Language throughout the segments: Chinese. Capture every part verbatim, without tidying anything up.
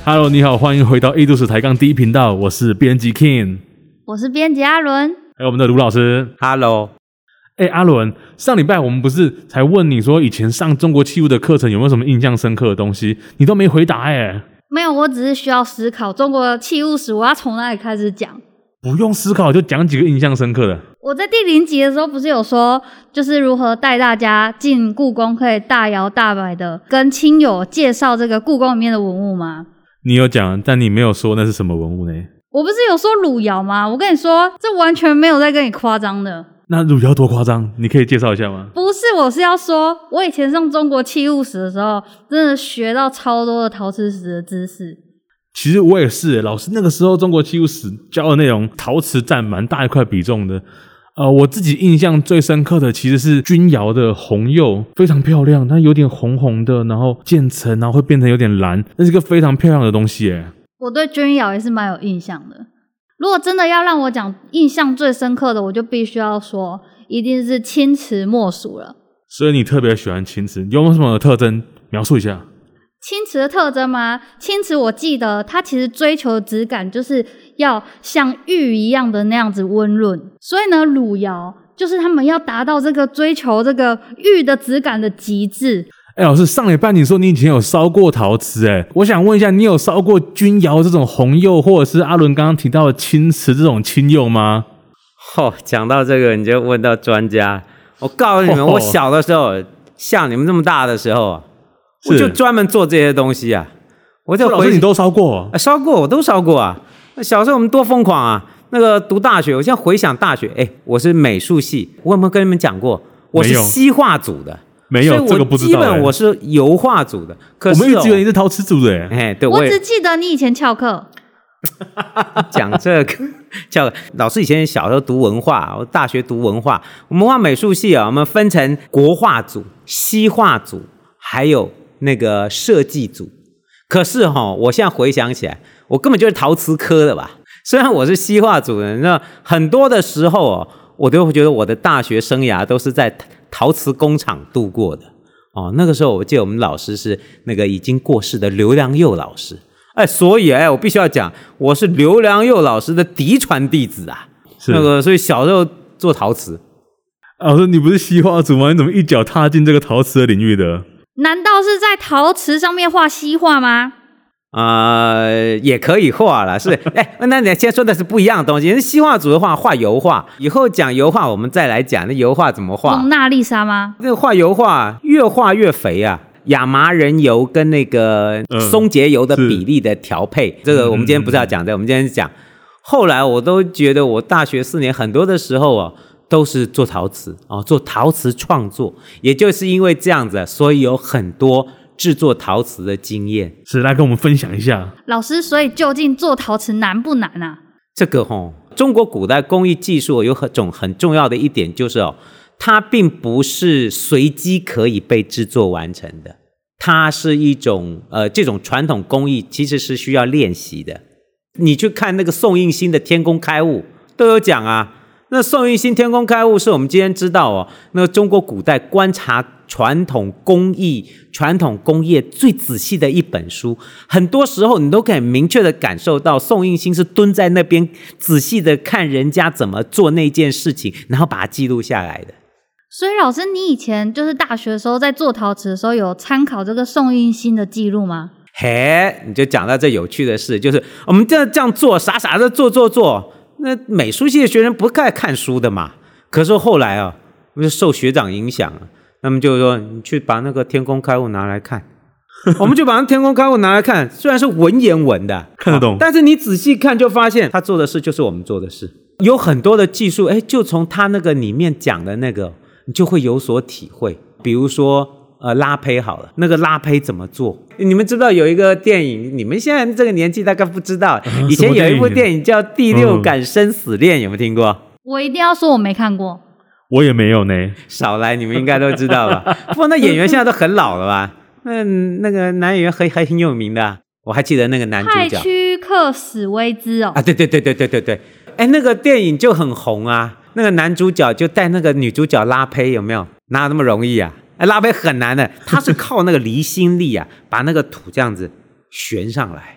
Hello， 你好，欢迎回到一都史抬杠第一频道，我是编辑 King， 我是编辑阿伦， 还有我们的卢老师。 Hello， 哎，阿伦，上礼拜我们不是才问你说以前上中国器物的课程有没有什么印象深刻的东西，你都没回答哎。 没有，我只是需要思考中国器物史，我要从哪里开始讲？ 不用思考就讲几个印象深刻的。 我在第零集的时候不是有说，就是如何带大家进故宫，可以大摇大摆的跟亲友介绍这个故宫里面的文物吗？ 你有讲，但你没有说那是什么文物呢？ 我不是有说汝窑吗？我跟你说，这完全没有在跟你夸张的。 那汝窑多夸张？你可以介绍一下吗？ 不是，我是要说，我以前上中国器物史的时候，真的学到超多的陶瓷史的知识。 其实我也是，老师那个时候中国器物史教的内容，陶瓷占蛮大一块比重的。呃，我自己印象最深刻的其实是钧窑的红釉，非常漂亮，它有点红红的，然后渐层，然后会变成有点蓝，那是一个非常漂亮的东西耶。 我对钧窑也是蛮有印象的。如果真的要让我讲印象最深刻的，我就必须要说，一定是青瓷莫属了。 所以你特别喜欢青瓷，有没有什么特征？描述一下。 青瓷的特征吗？青瓷我记得它其实追求的质感就是要像玉一样的那样子温润，所以呢，汝窑就是他们要达到这个追求这个玉的质感的极致。 哎、欸，老师，上礼拜你说你以前有烧过陶瓷，哎，我想问一下，你有烧过钧窑这种红釉，或者是阿伦刚刚提到的青瓷这种青釉吗？ 哦，讲到这个你就问到专家。我告诉你们， 哦、 我小的时候，像你们这么大的时候，我就专门做这些东西啊。我就回老师你都烧过、 啊？烧过，我都烧过啊。小时候我们多疯狂啊！那个读大学，我现在回想大学，哎，我是美术系，我有没有跟你们讲过？我是西画组的。 没有，这个不知道。 基本我是油画组的，可是、哦、 我们一直以为你是陶瓷组的耶。 哎，对， 我只记得你以前翘课。 讲这个，叫老师以前小时候读文化，我大学读文化，我们文化美术系啊，我们分成国画组、西画组，还有那个设计组。可是哈、哦，我现在回想起来，我根本就是陶瓷科的吧？虽然我是西画组的，那很多的时候哦，我都会觉得我的大学生涯都是在陶瓷工厂度过的哦。那个时候我记得我们老师是那个已经过世的刘良佑老师，哎，所以哎，我必须要讲，我是刘良佑老师的嫡传弟子啊。那个，所以小时候做陶瓷。 老师，你不是西画组吗？你怎么一脚踏进这个陶瓷的领域的？ 难道是在陶瓷上面画西画吗？ 呃，也可以画啦，是，哎，那你先说的是不一样的东西。西画组的话画油画，以后讲油画我们再来讲那油画怎么画。 蒙娜丽莎吗？ 那画油画越画越肥啊，亚麻仁油跟那个松节油的比例的调配，嗯、这个我们今天不是要讲的，我们今天讲。后来我都觉得我大学四年很多的时候啊，都是做陶瓷哦，做陶瓷创作，也就是因为这样子，所以有很多制作陶瓷的经验。 是，来跟我们分享一下。 老师，所以究竟做陶瓷难不难啊？ 这个哦，中国古代工艺技术有很种很重要的一点就是哦，它并不是随机可以被制作完成的，它是一种呃，这种传统工艺其实是需要练习的。你去看那个宋应星的天工开物都有讲啊。那宋应星天工开物是我们今天知道哦，那个中国古代观察传统工艺、传统工业最仔细的一本书。很多时候你都可以明确的感受到，宋应星是蹲在那边仔细的看人家怎么做那件事情，然后把它记录下来的。 所以老师，你以前就是大学的时候在做陶瓷的时候，有参考这个宋应星的记录吗？ 嘿，你就讲到这有趣的事，就是我们这样这样做，傻傻的做做做。那美术系的学生不爱看书的嘛，可是后来啊，我就受学长影响，那么就说你去把那个天工开物拿来看，我们就把那天工开物拿来看，虽然是文言文的， 看得懂， 但是你仔细看就发现他做的事就是我们做的事，有很多的技术，哎，就从他那个里面讲的那个，你就会有所体会。比如说呃，拉胚好了，那个拉胚怎么做？你们知道有一个电影，你们现在这个年纪大概不知道，嗯、以前有一部电影叫《第六感生死恋》，嗯、有没有听过？ 我一定要说我没看过， 我也没有呢。 少来，你们应该都知道吧？不过那演员现在都很老了吧？那那个男演员还还很有名的、啊，我还记得那个男主角派屈克史威兹哦。 啊，对对对对对对对，哎，那个电影就很红啊。那个男主角就带那个女主角拉胚，有没有？哪有那么容易啊？拉胚很难的，他是靠那个离心力啊，把那个土这样子旋上来。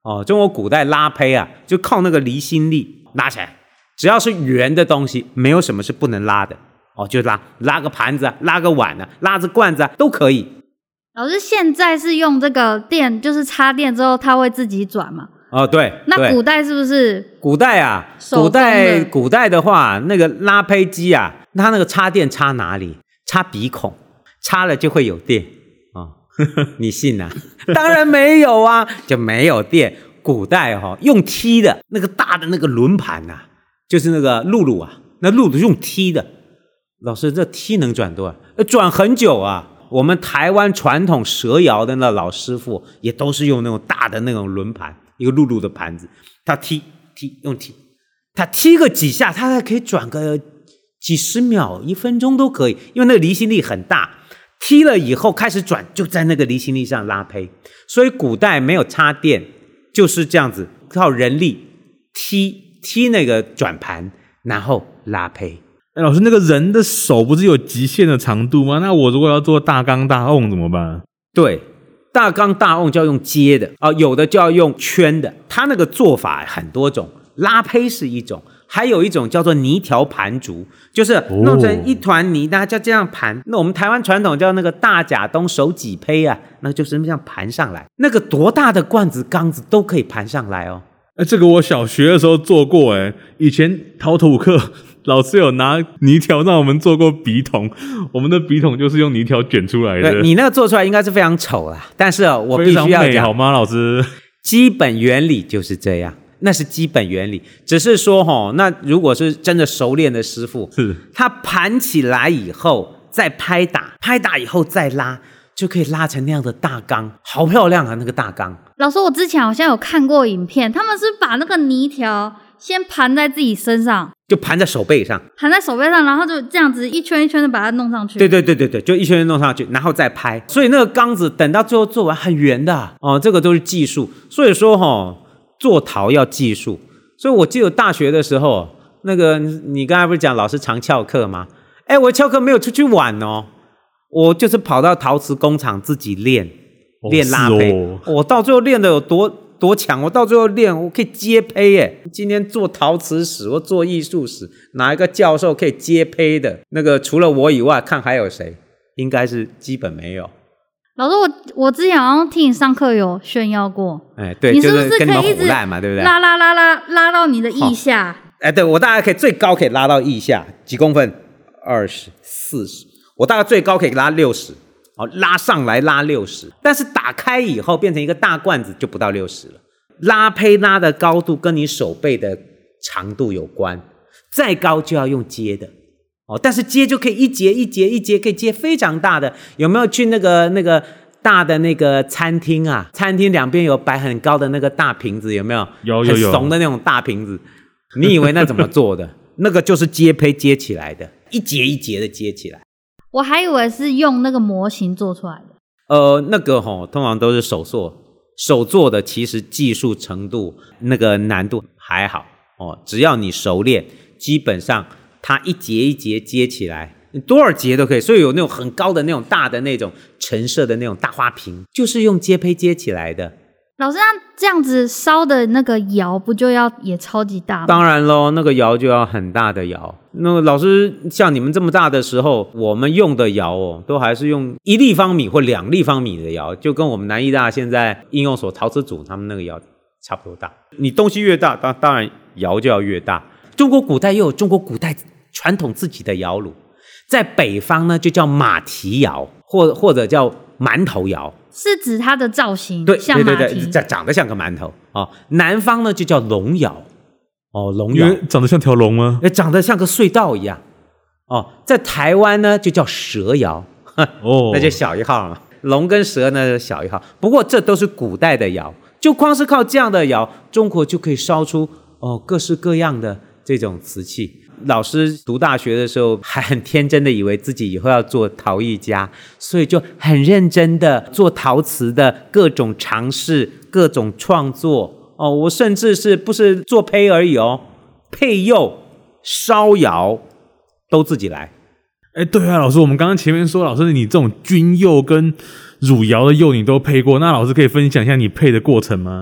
哦，中国古代拉胚啊，就靠那个离心力拉起来，只要是圆的东西，没有什么是不能拉的。哦，就拉拉个盘子啊，拉个碗啊，拉个罐子啊，都可以。 老师现在是用这个电，就是插电之后它会自己转嘛？ 哦，对。 那古代是不是？ 古代啊，古代古代的话，那个拉胚机啊，它那个插电插哪里？插鼻孔，插了就会有电啊、哦？你信啊？当然没有啊，就没有电。古代哈、哦，用踢的那个大的那个轮盘啊，就是那个辘轳啊，那辘轳用踢的。老师，这踢能转多少？转很久啊！我们台湾传统蛇窑的那老师傅也都是用那种大的那种轮盘，一个辘轳的盘子，他踢踢用踢，他踢个几下，他还可以转个几十秒、一分钟都可以，因为那个离心力很大。踢了以后开始转，就在那个离心力上拉胚。所以古代没有插电，就是这样子靠人力踢踢那个转盘，然后拉胚。 哎，老师，那个人的手不是有极限的长度吗？那我如果要做大缸大瓮怎么办？ 对，大缸大瓮就要用接的啊、哦，有的就要用圈的。它那个做法很多种，拉胚是一种，还有一种叫做泥条盘竹，就是弄成一团泥，大家就这样盘。那我们台湾传统叫那个大甲东手挤胚啊，那就是这样盘上来。那个多大的罐子缸子都可以盘上来哦。 哎，这个我小学的时候做过哎，以前陶土课老师有拿泥条让我们做过笔筒，我们的笔筒就是用泥条卷出来的。 对，你那个做出来应该是非常丑啦，但是、哦、我必须要讲， 好吗，老师？ 基本原理就是这样，那是基本原理。只是说哈、哦，那如果是真的熟练的师傅， 是他盘起来以后再拍打，拍打以后再拉，就可以拉成那样的大缸，好漂亮啊！那个大缸。 老师，我之前好像有看过影片，他们是把那个泥条先盘在自己身上， 就盘在手背上， 盘在手背上，然后就这样子一圈一圈的把它弄上去。 对对对对对，就一圈圈弄上去，然后再拍。所以那个缸子等到最后做完很圆的哦，这个都是技术。所以说哈、哦，做陶要技术。所以我记得大学的时候，那个你刚才不是讲老师常翘课吗？哎，我翘课没有出去玩哦，我就是跑到陶瓷工厂自己练。练拉胚、哦哦，我到最后练的有多多强？我到最后练，我可以接胚耶！今天做陶瓷史或做艺术史，哪一个教授可以接胚的？那个除了我以外，看还有谁？应该是基本没有。 老师，我我之前好像听你上课有炫耀过， 哎，对， 你是不就是跟你们唬烂嘛，对不对？ 拉拉拉拉拉到你的腋下。 哎，对，我大概可以最高可以拉到腋下几公分？二十四十，我大概最高可以拉六十。哦，拉上来拉六十，但是打开以后变成一个大罐子就不到六十了。拉胚拉的高度跟你手背的长度有关，再高就要用接的哦。但是接就可以一节一节一节可以接非常大的。有没有去那个那个大的那个餐厅啊？餐厅两边有摆很高的那个大瓶子，有没有？ 有有有， 很怂的那种大瓶子。你以为那怎么做的？那个就是接胚接起来的，一节一节的接起来。 我还以为是用那个模型做出来的。 呃，那个吼、哦，通常都是手做，手做的其实技术程度那个难度还好哦，只要你熟练，基本上它一节一节接起来，你多少节都可以。所以有那种很高的那种大的那种陈设的那种大花瓶，就是用接胚接起来的。 老师，那这样子烧的那个窑不就要也超级大吗？ 当然咯，那个窑就要很大的窑。那个老师像你们这么大的时候，我们用的窑哦，都还是用一立方米或两立方米的窑，就跟我们南艺大现在应用所陶瓷组他们那个窑差不多大。你东西越大，当当然窑就要越大。中国古代又有中国古代传统自己的窑炉，在北方呢就叫马蹄窑，或或者叫馒头窑。 是指它的造型， 对像马蹄， 对对对，长得像个馒头哦。南方呢就叫龙窑，哦，龙窑， 因为长得像条龙吗？ 哎，长得像个隧道一样。哦，在台湾呢就叫蛇窑，哦，那就小一号了。龙跟蛇呢小一号，不过这都是古代的窑，就光是靠这样的窑，中国就可以烧出哦各式各样的这种瓷器。老师读大学的时候还很天真的以为自己以后要做陶艺家，所以就很认真的做陶瓷的各种尝试、各种创作哦。我甚至是不是做胚而已哦，配釉、烧窑都自己来。 哎，对啊，老师，我们刚刚前面说，老师你这种菌釉跟汝窑的釉你都配过，那老师可以分享一下你配的过程吗？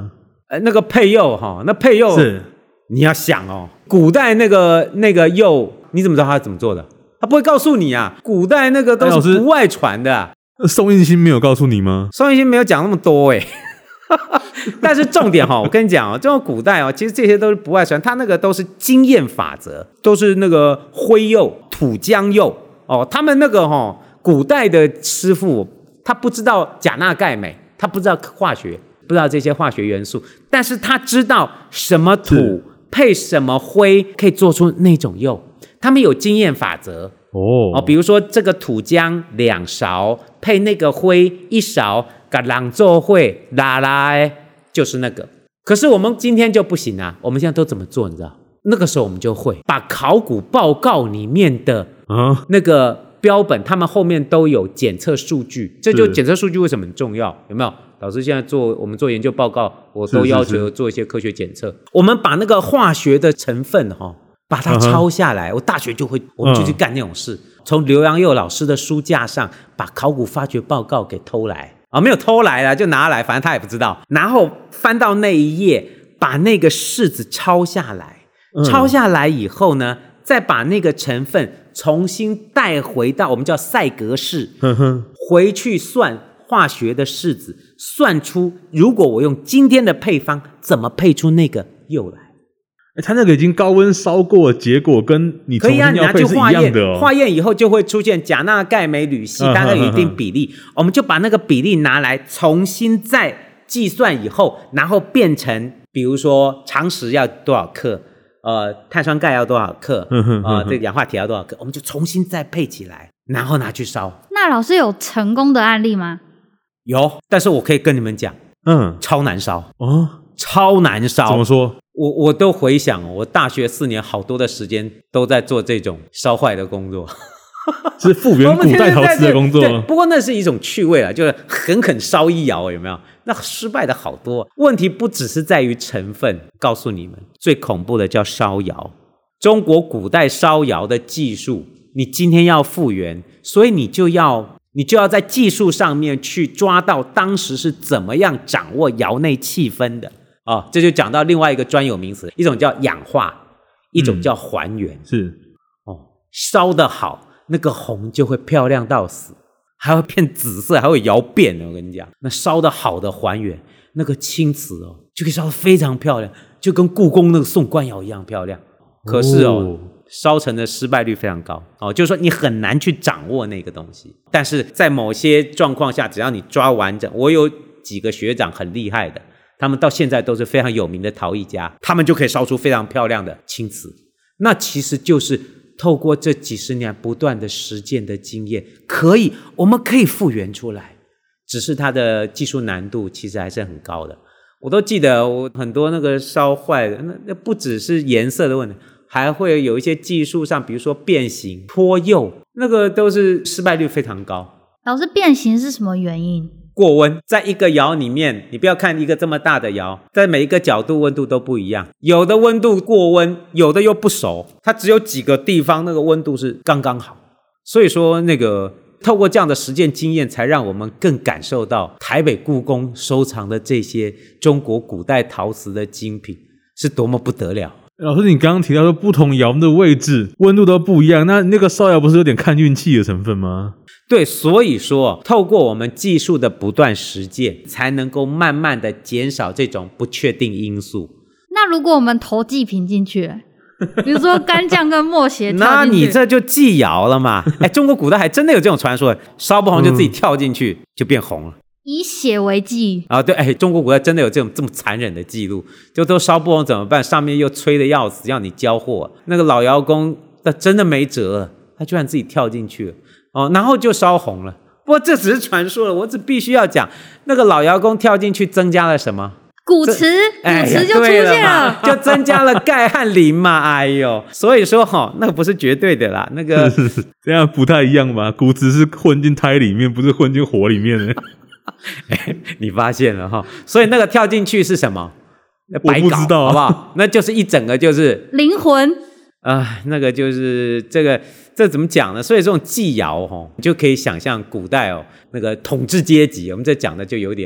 呃，那个配釉哈，那配釉是你要想哦，古代那个那个釉，你怎么知道它怎么做的？他不会告诉你啊，古代那个都是不外传的、啊。 宋应星没有告诉你吗？ 宋应星没有讲那么多哎。但是重点哈、哦，我跟你讲哦，这种古代哦，其实这些都是不外传，它那个都是经验法则，都是那个灰釉、土浆釉哦。他们那个哈、哦，古代的师傅他不知道钾钠钙镁，他不知道化学，不知道这些化学元素，但是他知道什么土配什么灰可以做出那种釉，他们有经验法则。 哦哦，比如说这个土浆两勺配那个灰一勺，给人做会拉拉，就是那个。可是我们今天就不行啊，我们现在都怎么做？你知道？那个时候我们就会把考古报告里面的啊那个标本，他们后面都有检测数据。这就检测数据为什么很重要？有没有？老师现在做我们做研究报告，我都要求做一些科学检测。是是是我们把那个化学的成分哈、哦。把它抄下来， uh-huh. 我大学就会，我们就去干那种事。从、uh-huh. 刘阳佑老师的书架上把考古发掘报告给偷来啊，没有偷来啦，就拿来，反正他也不知道。然后翻到那一页，把那个式子抄下来， uh-huh. 抄下来以后呢，再把那个成分重新带回到我们叫赛格式， uh-huh. 回去算化学的式子，算出如果我用今天的配方，怎么配出那个釉来。 它那个已经高温烧过，结果跟你重新要配是一样的哦。 化验以后就会出现钾钠钙镁铝硒，大概有一定比例，我们就把那个比例拿来重新再计算以后，然后变成比如说常识要多少克，呃，碳酸钙要多少克，呃，这个氧化铁要多少克，我们就重新再配起来，然后拿去烧。 那老师有成功的案例吗？ 有，但是我可以跟你们讲， 嗯， 超难烧哦， 超难烧。 怎么说？ 我我都回想，我大学四年好多的时间都在做这种烧坏的工作， 是复原古代陶瓷的工作。 对，不过那是一种趣味啦，就是狠狠烧一窑，有没有？那失败的好多。问题不只是在于成分，告诉你们，最恐怖的叫烧窑。中国古代烧窑的技术，你今天要复原，所以你就要你就要在技术上面去抓到当时是怎么样掌握窑内气氛的。哦，这就讲到另外一个专有名词，一种叫氧化，一种叫还原。 嗯、是哦，烧得好，那个红就会漂亮到死，还会变紫色，还会窑变。我跟你讲，那烧得好的还原，那个青瓷哦，就可以烧得非常漂亮，就跟故宫那个宋官窑一样漂亮。可是哦，哦烧成的失败率非常高哦，就是说你很难去掌握那个东西。但是在某些状况下，只要你抓完整，我有几个学长很厉害的。他们到现在都是非常有名的陶艺家，他们就可以烧出非常漂亮的青瓷。那其实就是透过这几十年不断的实践的经验，可以我们可以复原出来，只是它的技术难度其实还是很高的。我都记得我很多那个烧坏的，那那不只是颜色的问题，还会有一些技术上，比如说变形、脱釉，那个都是失败率非常高。 老师，变形是什么原因？ 过温，在一个窑里面，你不要看一个这么大的窑，在每一个角度温度都不一样，有的温度过温，有的又不熟，它只有几个地方那个温度是刚刚好。所以说那个透过这样的实践经验，才让我们更感受到台北故宫收藏的这些中国古代陶瓷的精品是多么不得了。 老师，你刚刚提到说不同窑的位置温度都不一样，那那个烧窑不是有点看运气的成分吗？ 对，所以说透过我们技术的不断实践，才能够慢慢的减少这种不确定因素。 那如果我们投祭品进去，比如说干酱跟墨血那你这就祭窑了嘛。哎，中国古代还真的有这种传说，烧不红就自己跳进去、嗯、就变红了， 以血为祭啊。对，哎，中国古代真的有这种这么残忍的记录，就都烧不红怎么办？上面又吹的要死，要你交货。那个老窑工他真的没辙了，他居然自己跳进去了哦，然后就烧红了。不过这只是传说了，我只必须要讲，那个老窑工跳进去增加了什么？ 骨瓷，骨瓷就出现了， 哎、了就增加了钙和磷嘛。哎呦，所以说哈、哦，那个不是绝对的啦，那个是是是这样不太一样吧？骨瓷是混进胎里面，不是混进火里面的。 哎，你发现了哈？所以那个跳进去是什么？白搞， 我不知道、啊， 好不好？那就是一整个就是灵魂。 啊、呃，那个就是这个，这怎么讲呢？所以这种祭窑哈，你就可以想象古代哦，那个统治阶级，我们这讲的就有点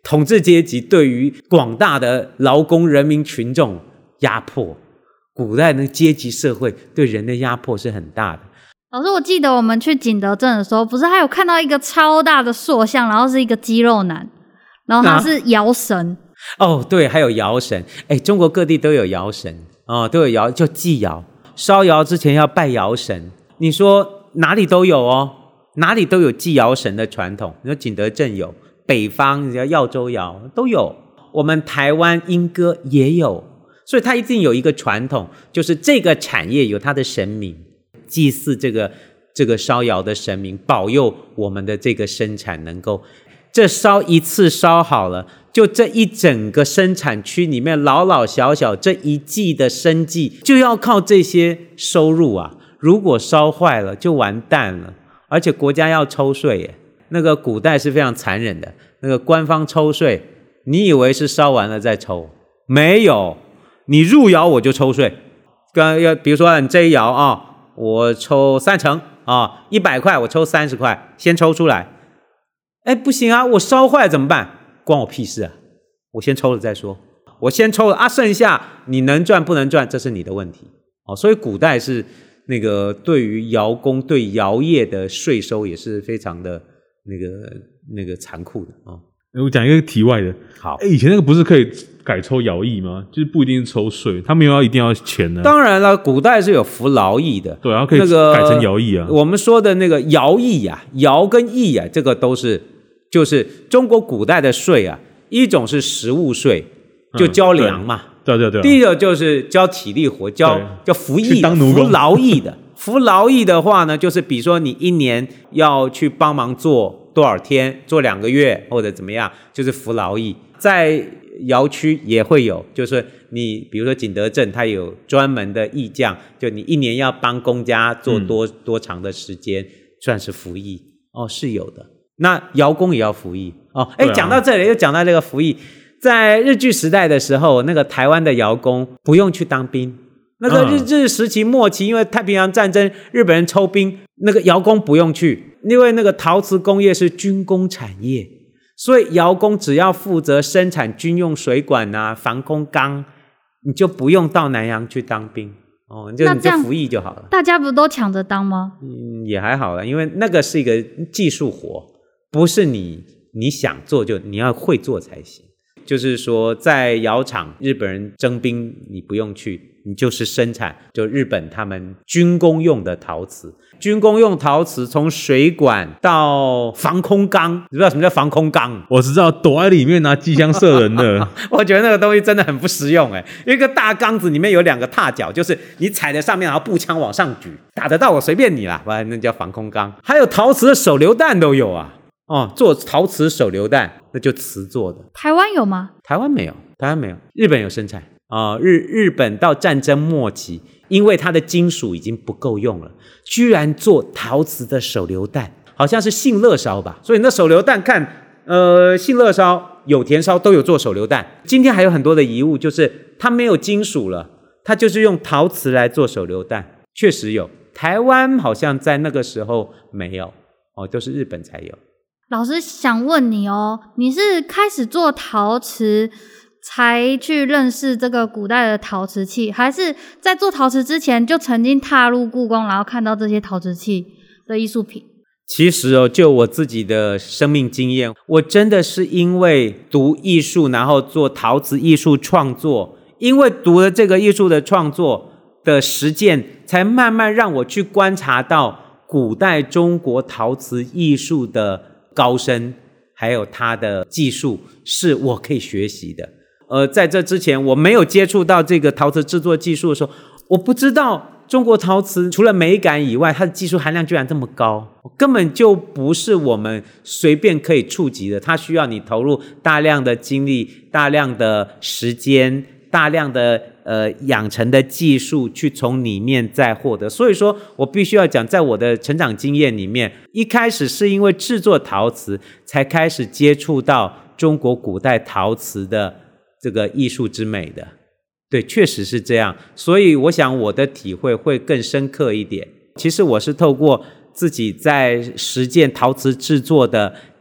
统治阶级对于广大的劳工人民群众压迫。古代的阶级社会对人的压迫是很大的。 老师，我记得我们去景德镇的时候，不是还有看到一个超大的塑像，然后是一个肌肉男，然后他是摇神、 啊、哦，对，还有摇神。哎，中国各地都有摇神哦，都有摇，就祭窑。烧窑之前要拜窑神，你说哪里都有哦，哪里都有祭窑神的传统。你说景德镇有，北方你要耀州窑都有，我们台湾莺歌也有，所以它一定有一个传统，就是这个产业有它的神明，祭祀这个这个烧窑的神明，保佑我们的这个生产能够，这烧一次烧好了，就这一整个生产区里面老老小小这一季的生计就要靠这些收入啊，如果烧坏了就完蛋了，而且国家要抽税耶。那个古代是非常残忍的，那个官方抽税，你以为是烧完了再抽？没有，你入窑我就抽税。刚要比如说你这一窑啊，我抽三成啊，一百块我抽三十块，先抽出来。哎，不行啊，我烧坏怎么办？关我屁事啊！我先抽了再说，我先抽了啊，剩下你能赚不能赚，这是你的问题。哦，所以古代是那个对于窑工、对窑业的税收也是非常的那个那个残酷的啊。 我讲一个题外的， 好， 以前那个不是可以改抽徭役吗？就是不一定是抽税，他没有要一定要钱的、啊。 当然了，古代是有服劳役的， 对啊，可以改成徭役啊、那个。我们说的那个徭役啊，徭跟役啊，这个都是就是中国古代的税啊，一种是食物税，就交粮嘛， 嗯、对对对。 第一个就是交体力活，交叫服役的， 服劳役的。服劳役的话呢，就是比如说你一年要去帮忙做多少天，做两个月或者怎么样，就是服劳役。在窑区也会有，就是你比如说景德镇，它有专门的役将，就你一年要帮公家做多、嗯、多长的时间，算是服役哦，是有的。那窑工也要服役哦。哎，讲、啊、到这里又讲到这个服役，在日据时代的时候，那个台湾的窑工不用去当兵。那个日治时期末期，因为太平洋战争，日本人抽兵，那个窑工不用去，因为那个陶瓷工业是军工产业，所以窑工只要负责生产军用水管啊、防空缸，你就不用到南洋去当兵哦，你就你就服役就好了。 大家不都抢着当吗？ 嗯，也还好了，因为那个是一个技术活，不是你你想做就你要会做才行。就是说，在窑厂，日本人征兵，你不用去，你就是生产，就日本他们军工用的陶瓷。军工用陶瓷从水管到防空缸，你知道什么叫防空缸？ 我知道，躲在里面拿机枪射人的。 我觉得那个东西真的很不实用哎，一个大缸子里面有两个踏脚，就是你踩在上面，然后步枪往上举，打得到我随便你啦，那叫防空缸。还有陶瓷的手榴弹都有啊。哦，做陶瓷手榴弹，那就瓷做的。 台湾有吗？ 台湾没有，台湾没有。日本有生产啊、呃，日日本到战争末期，因为它的金属已经不够用了，居然做陶瓷的手榴弹，好像是信乐烧吧。所以那手榴弹看，呃，信乐烧、有田烧都有做手榴弹。今天还有很多的遗物，就是它没有金属了，它就是用陶瓷来做手榴弹，确实有。台湾好像在那个时候没有，哦，都是日本才有。 老师想问你哦，你是开始做陶瓷才去认识这个古代的陶瓷器，还是在做陶瓷之前就曾经踏入故宫，然后看到这些陶瓷器的艺术品？ 其实哦，就我自己的生命经验，我真的是因为读艺术，然后做陶瓷艺术创作，因为读了这个艺术的创作的实践，才慢慢让我去观察到古代中国陶瓷艺术的高深，还有它的技术是我可以学习的。呃，在这之前我没有接触到这个陶瓷制作技术的时候，我不知道中国陶瓷除了美感以外，它的技术含量居然这么高，根本就不是我们随便可以触及的，它需要你投入大量的精力、大量的时间、大量的呃养成的技术去从里面再获得。所以说我必须要讲，在我的成长经验里面，一开始是因为制作陶瓷才开始接触到中国古代陶瓷的这个艺术之美的。对，确实是这样，所以我想我的体会会更深刻一点。其实我是透过自己在实践陶瓷制作的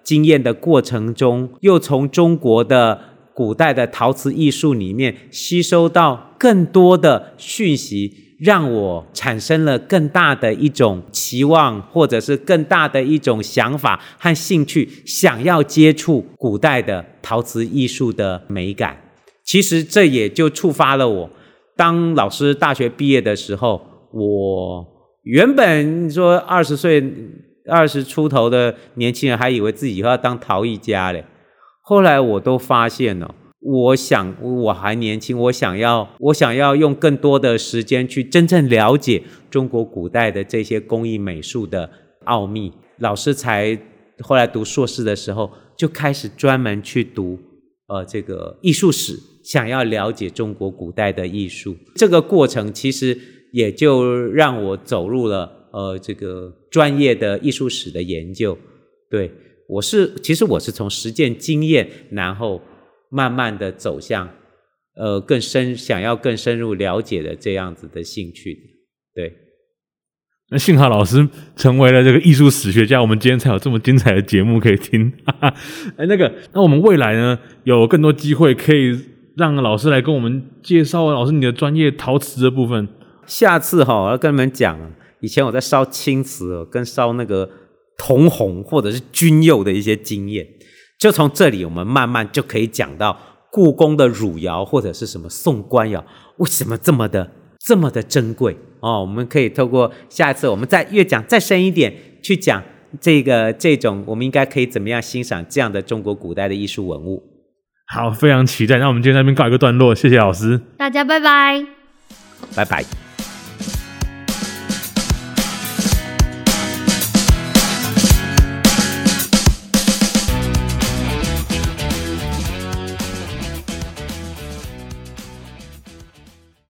经验的过程中，又从中国的古代的陶瓷艺术里面吸收到更多的讯息，让我产生了更大的一种期望，或者是更大的一种想法和兴趣，想要接触古代的陶瓷艺术的美感。其实这也就触发了我，当老师大学毕业的时候，我原本说二十岁二十出头的年轻人还以为自己以后要当陶艺家嘞，后来我都发现了，我想我还年轻，我想要我想要用更多的时间去真正了解中国古代的这些工艺美术的奥秘。老师才后来读硕士的时候就开始专门去读呃这个艺术史，想要了解中国古代的艺术。这个过程其实也就让我走入了呃这个专业的艺术史的研究。对，我是其实我是从实践经验，然后慢慢的走向呃更深想要更深入了解的这样子的兴趣。对， 那幸好老师成为了这个艺术史学家，我们今天才有这么精彩的节目可以听。哎，那个，那我们未来呢有更多机会可以让老师来跟我们介绍老师你的专业陶瓷的部分。 下次哈、哦，我要跟你们讲，以前我在烧青瓷、哦、跟烧那个铜红或者是钧釉的一些经验，就从这里我们慢慢就可以讲到故宫的汝窑或者是什么宋官窑为什么这么的这么的珍贵哦。我们可以透过下一次我们再越讲再深一点去讲这个这种我们应该可以怎么样欣赏这样的中国古代的艺术文物。 好，非常期待。那我们今天在那边告一个段落，谢谢老师， 大家拜拜， 拜拜。